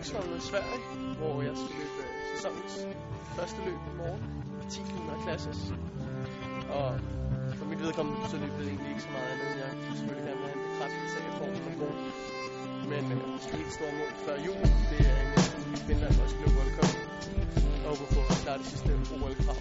Kungsholmen i Sverige, hvor jeg skal løbe sæsonens første løb i morgen. 10 km klasses. Og for mit vedkommende så løb det egentlig ikke så meget andet. Jeg skulle selvfølgelig gerne have en bekræftelse af, at formen er god. Men det helt store mål før jul, det er en Finland, der skal løbe World Cup. Og håber på at klare det sidste OL-krav.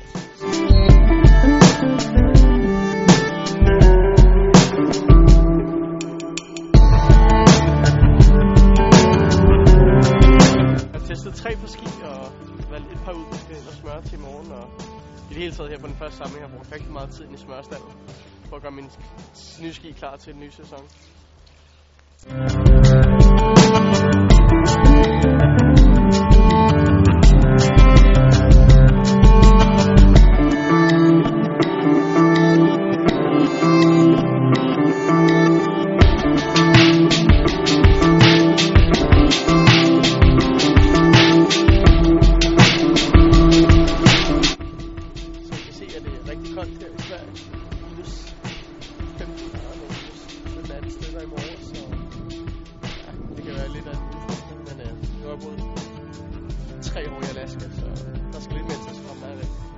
Jeg har testet 3 på ski og valgt et par ud, der skal ind og smøre til i morgen. Og i det hele taget her på den første samling har jeg brugt rigtig meget tid i smørestallen for at gøre mine nye ski klar til den nye sæson. Rigtig koldt her i Sverige. Minus 15 grader nu, minus 18 stykker i morgen, så ja, det kan være lidt af en men nu har jeg boet 3 år i Alaska, så der skal lidt mere til at komme af det.